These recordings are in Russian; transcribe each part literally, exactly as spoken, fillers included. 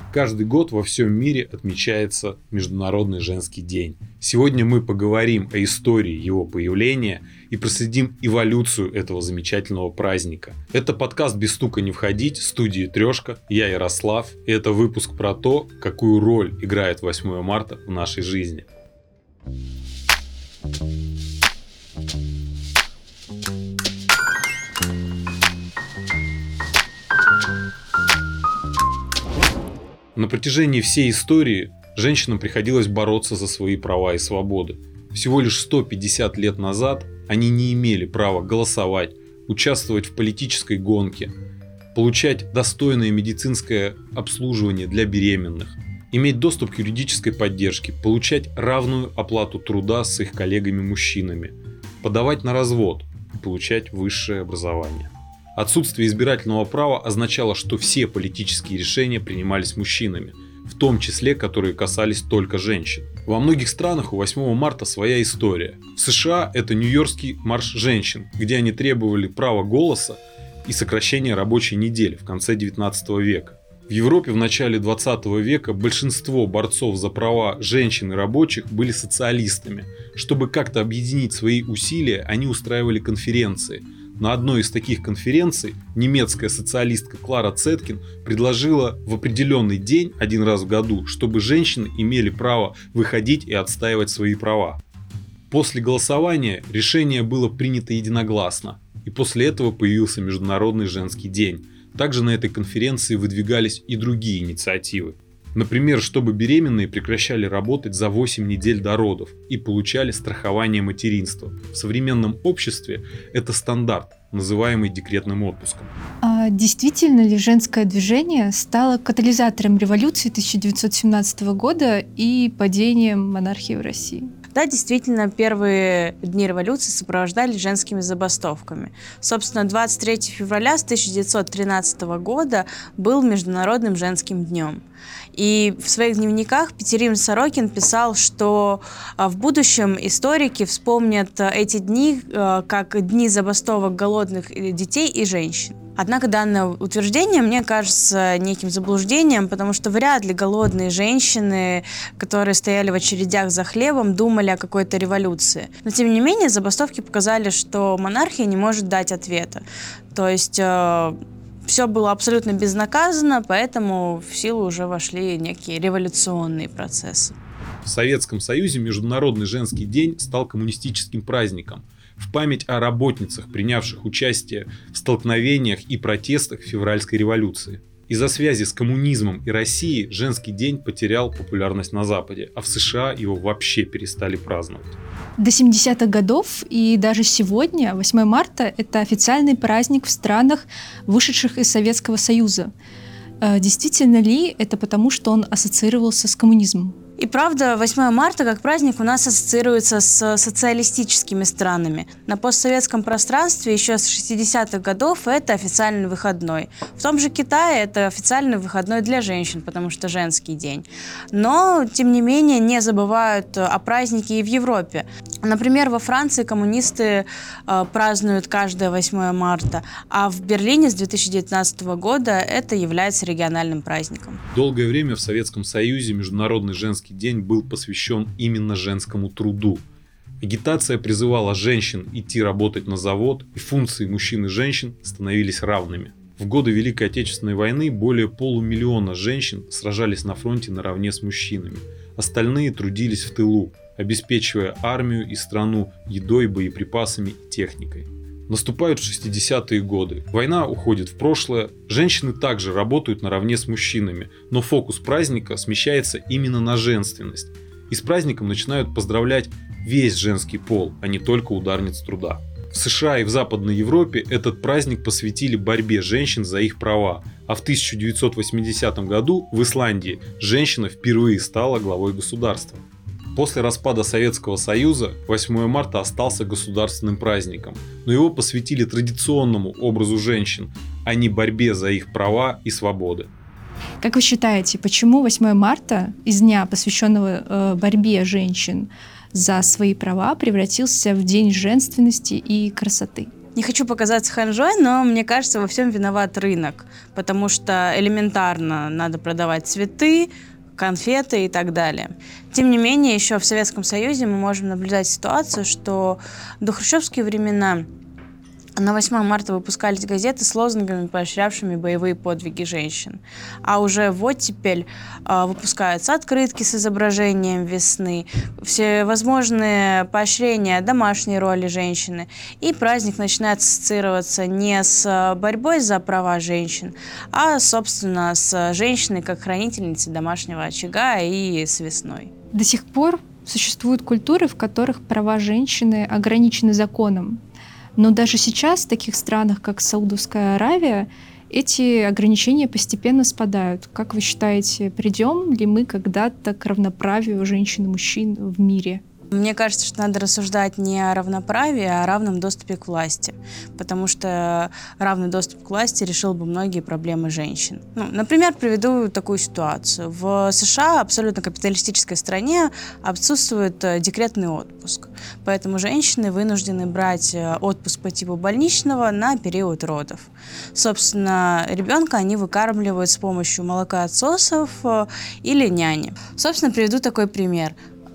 Каждый год во всем мире отмечается Международный женский день. Сегодня мы поговорим о истории его появления и проследим эволюцию этого замечательного праздника. Это подкаст «Без стука не входить» студии «Трешка». Я Ярослав, и это выпуск про то, какую роль играет восьмое марта в нашей жизни. На протяжении всей истории женщинам приходилось бороться за свои права и свободы. Всего лишь сто пятьдесят лет назад они не имели права голосовать, участвовать в политической гонке, получать достойное медицинское обслуживание для беременных, иметь доступ к юридической поддержке, получать равную оплату труда с их коллегами-мужчинами, подавать на развод и получать высшее образование. Отсутствие избирательного права означало, что все политические решения принимались мужчинами, в том числе, которые касались только женщин. Во многих странах у восьмого марта своя история. В США это Нью-Йоркский марш женщин, где они требовали права голоса и сокращения рабочей недели в конце девятнадцатого века. В Европе в начале двадцатого века большинство борцов за права женщин и рабочих были социалистами. Чтобы как-то объединить свои усилия, они устраивали конференции. На одной из таких конференций немецкая социалистка Клара Цеткин предложила в определенный день, один раз в году, чтобы женщины имели право выходить и отстаивать свои права. После голосования решение было принято единогласно, и после этого появился Международный женский день. Также на этой конференции выдвигались и другие инициативы. Например, чтобы беременные прекращали работать за восемь недель до родов и получали страхование материнства. В современном обществе это стандарт, называемый декретным отпуском. А действительно ли женское движение стало катализатором революции тысяча девятьсот семнадцатого года и падением монархии в России? Да, действительно, первые дни революции сопровождались женскими забастовками. Собственно, двадцать третьего февраля тысяча девятьсот тринадцатого года был Международным женским днем. И в своих дневниках Петерим Сорокин писал, что в будущем историки вспомнят эти дни как дни забастовок голодных детей и женщин. Однако данное утверждение мне кажется неким заблуждением, потому что вряд ли голодные женщины, которые стояли в очередях за хлебом, думали о какой-то революции. Но тем не менее забастовки показали, что монархия не может дать ответа. То есть э, все было абсолютно безнаказанно, поэтому в силу уже вошли некие революционные процессы. В Советском Союзе Международный женский день стал коммунистическим праздником в память о работницах, принявших участие в столкновениях и протестах февральской революции. Из-за связи с коммунизмом и Россией женский день потерял популярность на Западе, а в США его вообще перестали праздновать. До семидесятых годов и даже сегодня восьмое марта – это официальный праздник в странах, вышедших из Советского Союза. Действительно ли это потому, что он ассоциировался с коммунизмом? И правда, восьмое марта как праздник у нас ассоциируется с социалистическими странами. На постсоветском пространстве еще с шестидесятых годов это официальный выходной. В том же Китае это официальный выходной для женщин, потому что женский день. Но, тем не менее, не забывают о празднике и в Европе. Например, во Франции коммунисты э, празднуют каждое восьмое марта, а в Берлине с две тысячи девятнадцатого года это является региональным праздником. Долгое время в Советском Союзе Международный женский день был посвящен именно женскому труду. Агитация призывала женщин идти работать на завод, и функции мужчин и женщин становились равными. В годы Великой Отечественной войны более полумиллиона женщин сражались на фронте наравне с мужчинами. Остальные трудились в тылу, обеспечивая армию и страну едой, боеприпасами и техникой. Наступают шестидесятые годы. Война уходит в прошлое. Женщины также работают наравне с мужчинами, но фокус праздника смещается именно на женственность. И с праздником начинают поздравлять весь женский пол, а не только ударниц труда. В США и в Западной Европе этот праздник посвятили борьбе женщин за их права, а в тысяча девятьсот восьмидесятом году в Исландии женщина впервые стала главой государства. После распада Советского Союза восьмое марта остался государственным праздником, но его посвятили традиционному образу женщин, а не борьбе за их права и свободы. Как вы считаете, почему восьмое марта из дня, посвященного э, борьбе женщин за свои права, превратился в день женственности и красоты? Не хочу показаться ханжой, но мне кажется, во всем виноват рынок, потому что элементарно надо продавать цветы, конфеты и так далее. Тем не менее, еще в Советском Союзе мы можем наблюдать ситуацию, что до хрущевские времена на восьмое марта выпускались газеты с лозунгами, поощрявшими боевые подвиги женщин. А уже в оттепель э, выпускаются открытки с изображением весны, всевозможные поощрения домашней роли женщины. И праздник начинает ассоциироваться не с борьбой за права женщин, а, собственно, с женщиной как хранительницей домашнего очага и с весной. До сих пор существуют культуры, в которых права женщины ограничены законом. Но даже сейчас в таких странах, как Саудовская Аравия, эти ограничения постепенно спадают. Как вы считаете, придем ли мы когда-то к равноправию женщин и мужчин в мире? Мне кажется, что надо рассуждать не о равноправии, а о равном доступе к власти, потому что равный доступ к власти решил бы многие проблемы женщин. Ну, например, приведу такую ситуацию. В США, абсолютно капиталистической стране, отсутствует декретный отпуск, поэтому женщины вынуждены брать отпуск по типу больничного на период родов. Собственно, ребенка они выкармливают с помощью молокоотсосов или няни. Собственно, приведу такой пример.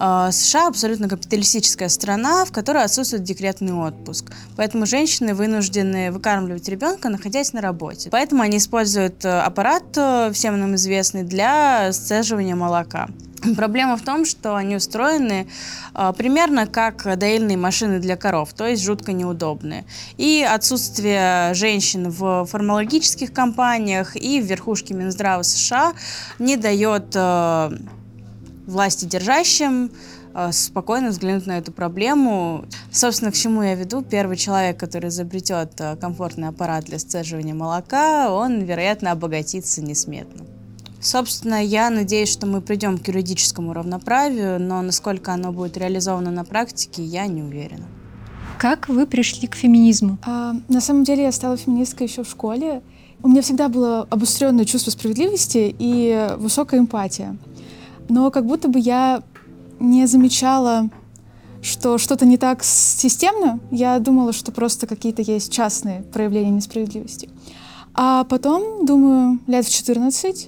США абсолютно капиталистическая страна, в которой отсутствует декретный отпуск. Поэтому женщины вынуждены выкармливать ребенка, находясь на работе. Поэтому они используют аппарат, всем нам известный, для сцеживания молока. Проблема в том, что они устроены а, примерно как доильные машины для коров, то есть жутко неудобные. И отсутствие женщин в фармакологических компаниях и в верхушке Минздрава США не дает а, власти держащим спокойно взглянуть на эту проблему. Собственно, к чему я веду? Первый человек, который изобретет комфортный аппарат для сцеживания молока, он, вероятно, обогатится несметно. Собственно, я надеюсь, что мы придем к юридическому равноправию, но насколько оно будет реализовано на практике, я не уверена. Как вы пришли к феминизму? А, на самом деле я стала феминисткой еще в школе. У меня всегда было обостренное чувство справедливости и высокая эмпатия. Но как будто бы я не замечала, что что-то не так системно. Я думала, что просто какие-то есть частные проявления несправедливости. А потом, думаю, лет в четырнадцать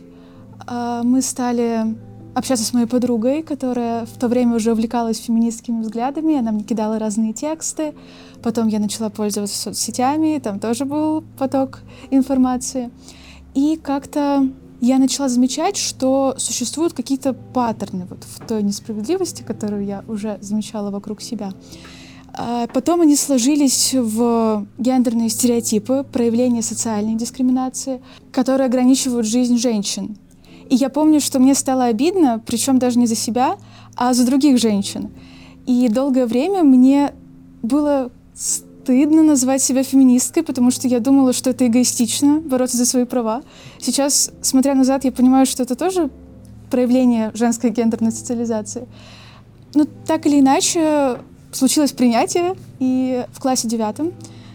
мы стали общаться с моей подругой, которая в то время уже увлекалась феминистскими взглядами. Она мне кидала разные тексты. Потом я начала пользоваться соцсетями, там тоже был поток информации. И как-то я начала замечать, что существуют какие-то паттерны вот в той несправедливости, которую я уже замечала вокруг себя. А потом они сложились в гендерные стереотипы, проявления социальной дискриминации, которые ограничивают жизнь женщин. И я помню, что мне стало обидно, причем даже не за себя, а за других женщин. И долгое время мне было стыдно назвать себя феминисткой, потому что я думала, что это эгоистично, бороться за свои права. Сейчас, смотря назад, я понимаю, что это тоже проявление женской гендерной социализации. Но так или иначе, случилось принятие, и в классе девятом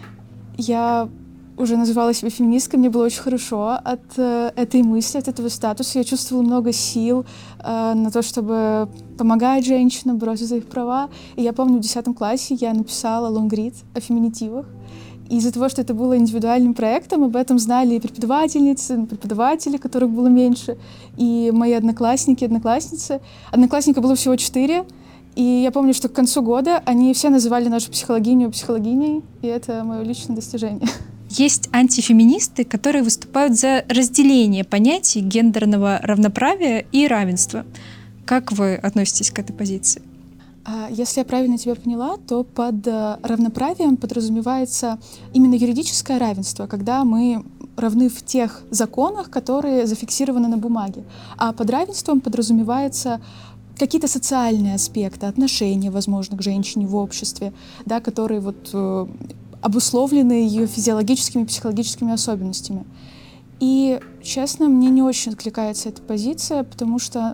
я уже называла себя феминисткой, мне было очень хорошо от э, этой мысли, от этого статуса. Я чувствовала много сил э, на то, чтобы помогать женщинам, бороться за их права. И я помню, в десятом классе я написала лонгрид о феминитивах. И из-за того, что это было индивидуальным проектом, об этом знали и преподавательницы, преподаватели, которых было меньше, и мои одноклассники, одноклассницы. Одноклассников было всего четыре. И я помню, что к концу года они все называли нашу психологиню психологиней, и это мое личное достижение. Есть антифеминисты, которые выступают за разделение понятий гендерного равноправия и равенства. Как вы относитесь к этой позиции? Если я правильно тебя поняла, то под равноправием подразумевается именно юридическое равенство, когда мы равны в тех законах, которые зафиксированы на бумаге. А под равенством подразумевается какие-то социальные аспекты, отношения, возможно, к женщине в обществе, да, которые вот обусловлены ее физиологическими и психологическими особенностями. И, честно, мне не очень откликается эта позиция, потому что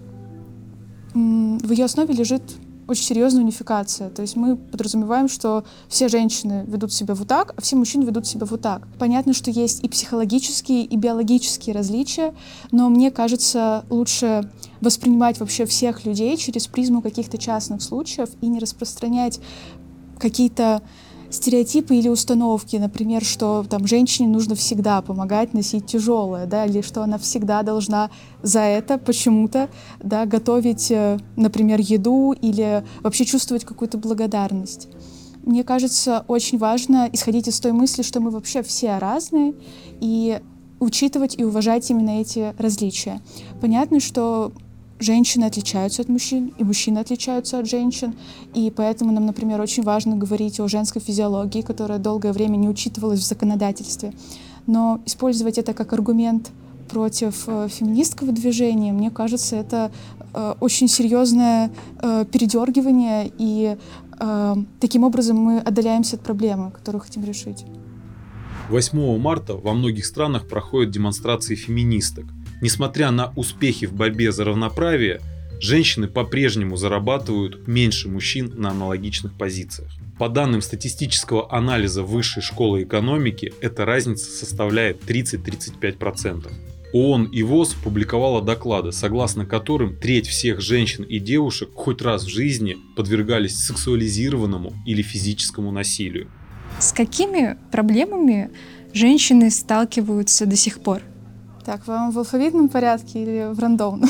м, в ее основе лежит очень серьезная унификация. То есть мы подразумеваем, что все женщины ведут себя вот так, а все мужчины ведут себя вот так. Понятно, что есть и психологические, и биологические различия, но мне кажется, лучше воспринимать вообще всех людей через призму каких-то частных случаев и не распространять какие-то стереотипы или установки, например, что там женщине нужно всегда помогать носить тяжелое, да, или что она всегда должна за это почему-то, да, готовить, например, еду или вообще чувствовать какую-то благодарность. Мне кажется, очень важно исходить из той мысли, что мы вообще все разные, и учитывать и уважать именно эти различия. Понятно, что женщины отличаются от мужчин, и мужчины отличаются от женщин, и поэтому нам, например, очень важно говорить о женской физиологии, которая долгое время не учитывалась в законодательстве. Но использовать это как аргумент против э, феминистского движения, мне кажется, это э, очень серьезное э, передергивание, и э, таким образом мы отдаляемся от проблемы, которую хотим решить. восьмого марта во многих странах проходят демонстрации феминисток. Несмотря на успехи в борьбе за равноправие, женщины по-прежнему зарабатывают меньше мужчин на аналогичных позициях. По данным статистического анализа Высшей школы экономики, эта разница составляет тридцать-тридцать пять процентов. ООН и ВОЗ публиковала доклады, согласно которым треть всех женщин и девушек хоть раз в жизни подвергались сексуализированному или физическому насилию. С какими проблемами женщины сталкиваются до сих пор? Так, вам в алфавитном порядке или в рандомном?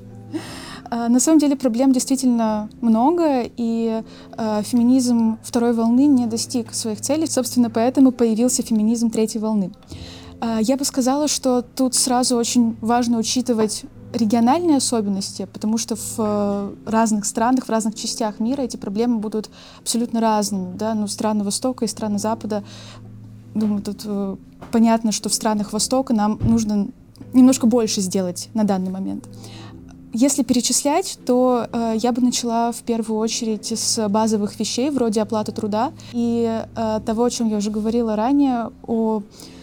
На самом деле проблем действительно много, и феминизм второй волны не достиг своих целей. Собственно, поэтому появился феминизм третьей волны. Я бы сказала, что тут сразу очень важно учитывать региональные особенности, потому что в разных странах, в разных частях мира эти проблемы будут абсолютно разными. Да? Ну, страны Востока и страны Запада, думаю, тут понятно, что в странах Востока нам нужно немножко больше сделать на данный момент. Если перечислять, то э, я бы начала в первую очередь с базовых вещей, вроде оплаты труда и э, того, о чем я уже говорила ранее, о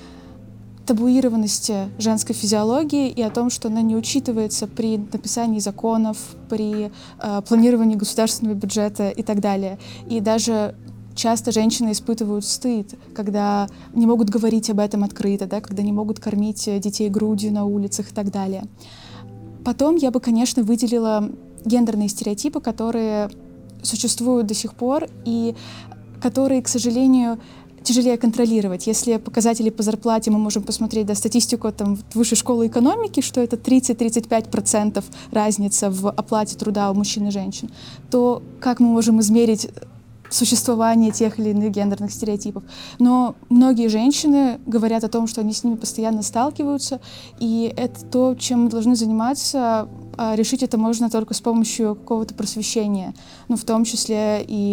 табуированности женской физиологии и о том, что она не учитывается при написании законов, при э, планировании государственного бюджета и так далее. И даже часто женщины испытывают стыд, когда не могут говорить об этом открыто, да, когда не могут кормить детей грудью на улицах и так далее. Потом я бы, конечно, выделила гендерные стереотипы, которые существуют до сих пор и которые, к сожалению, тяжелее контролировать. Если показатели по зарплате мы можем посмотреть, да, статистику там, Высшей школы экономики, что это тридцать-тридцать пять процентов разница в оплате труда у мужчин и женщин, то как мы можем измерить существование тех или иных гендерных стереотипов? Но многие женщины говорят о том, что они с ними постоянно сталкиваются, и это то, чем мы должны заниматься. А решить это можно только с помощью какого-то просвещения, ну, в том числе и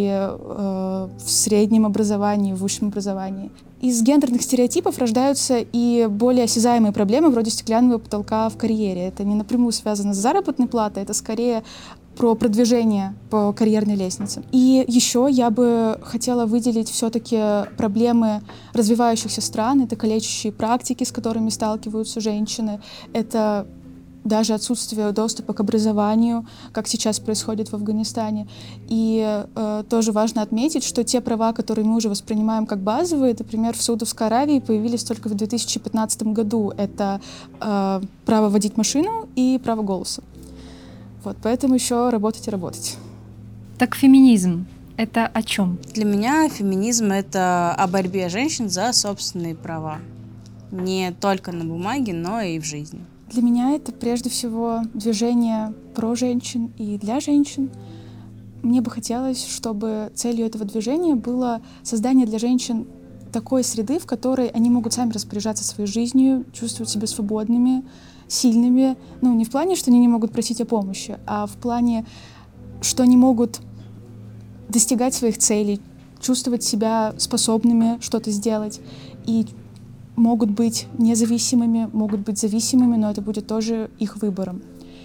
э, в среднем образовании, в высшем образовании. Из гендерных стереотипов рождаются и более осязаемые проблемы, вроде стеклянного потолка в карьере. Это не напрямую связано с заработной платой, это скорее про продвижение по карьерной лестнице. И еще я бы хотела выделить все-таки проблемы развивающихся стран. Это калечащие практики, с которыми сталкиваются женщины. Это даже отсутствие доступа к образованию, как сейчас происходит в Афганистане. И э, тоже важно отметить, что те права, которые мы уже воспринимаем как базовые, например, в Саудовской Аравии появились только в две тысячи пятнадцатом году. Это э, право водить машину и право голоса. Вот, поэтому еще работать и работать. Так феминизм — это о чем? Для меня феминизм — это о борьбе женщин за собственные права. Не только на бумаге, но и в жизни. Для меня это прежде всего движение про женщин и для женщин. Мне бы хотелось, чтобы целью этого движения было создание для женщин такой среды, в которой они могут сами распоряжаться своей жизнью, чувствовать себя свободными, сильными. Ну, не в плане, что они не могут просить о помощи, а в плане, что они могут достигать своих целей, чувствовать себя способными что-то сделать. И могут быть независимыми, могут быть зависимыми, но это будет тоже их выбором.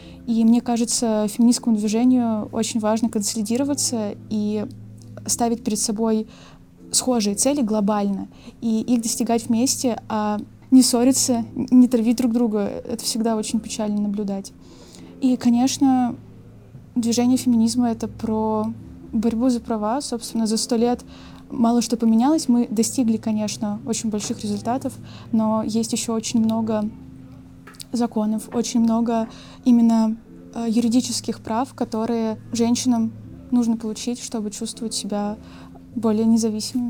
И мне кажется, феминистскому движению очень важно консолидироваться и ставить перед собой схожие цели глобально, и их достигать вместе, а не ссориться, не травить друг друга. Это всегда очень печально наблюдать. И, конечно, движение феминизма — это про борьбу за права. Собственно, за сто лет мало что поменялось. Мы достигли, конечно, очень больших результатов, но есть еще очень много законов, очень много именно э, юридических прав, которые женщинам нужно получить, чтобы чувствовать себя более независимыми.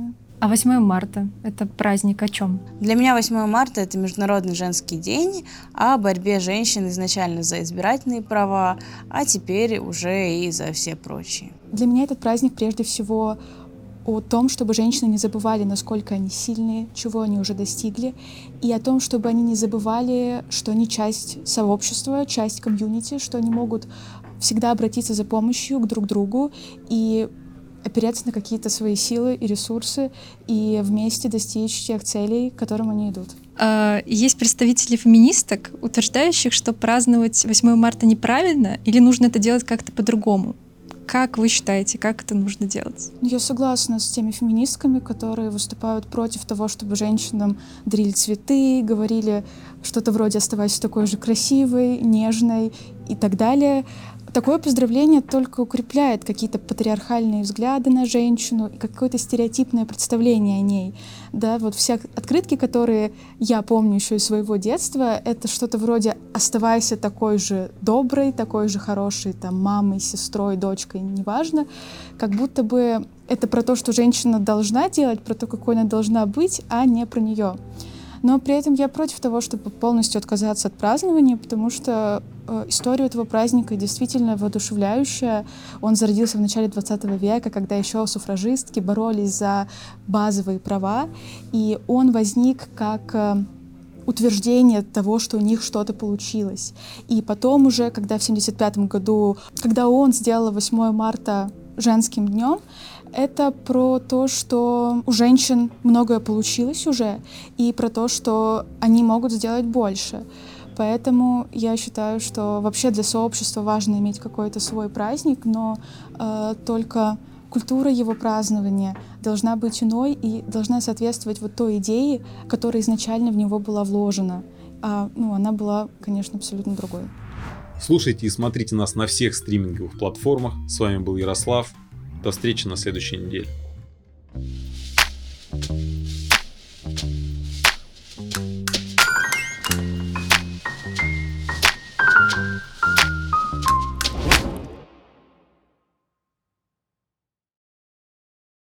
А восьмое марта — это праздник о чем? Для меня восьмое марта – это Международный женский день о борьбе женщин изначально за избирательные права, а теперь уже и за все прочие. Для меня этот праздник прежде всего о том, чтобы женщины не забывали, насколько они сильные, чего они уже достигли, и о том, чтобы они не забывали, что они часть сообщества, часть комьюнити, что они могут всегда обратиться за помощью к друг другу и опереться на какие-то свои силы и ресурсы и вместе достичь тех целей, к которым они идут. Есть представители феминисток, утверждающих, что праздновать восьмое марта неправильно или нужно это делать как-то по-другому. Как вы считаете, как это нужно делать? Я согласна с теми феминистками, которые выступают против того, чтобы женщинам дарили цветы, говорили что-то вроде «оставайся такой же красивой, нежной» и так далее. Такое поздравление только укрепляет какие-то патриархальные взгляды на женщину и какое-то стереотипное представление о ней. Да, вот все открытки, которые я помню еще из своего детства, это что-то вроде «оставайся такой же доброй, такой же хорошей там, мамой, сестрой, дочкой», неважно. Как будто бы это про то, что женщина должна делать, про то, какой она должна быть, а не про нее. Но при этом я против того, чтобы полностью отказаться от празднования, потому что э, история этого праздника действительно воодушевляющая. Он зародился в начале двадцатого века, когда еще суфражистки боролись за базовые права, и он возник как э, утверждение того, что у них что-то получилось. И потом уже, когда в семьдесят пятом году, когда ООН сделала восьмое марта женским днем, это про то, что у женщин многое получилось уже, и про то, что они могут сделать больше. Поэтому я считаю, что вообще для сообщества важно иметь какой-то свой праздник, но э, только культура его празднования должна быть иной и должна соответствовать вот той идее, которая изначально в него была вложена. А ну, она была, конечно, абсолютно другой. Слушайте и смотрите нас на всех стриминговых платформах. С вами был Ярослав. До встречи на следующей неделе. Thank you.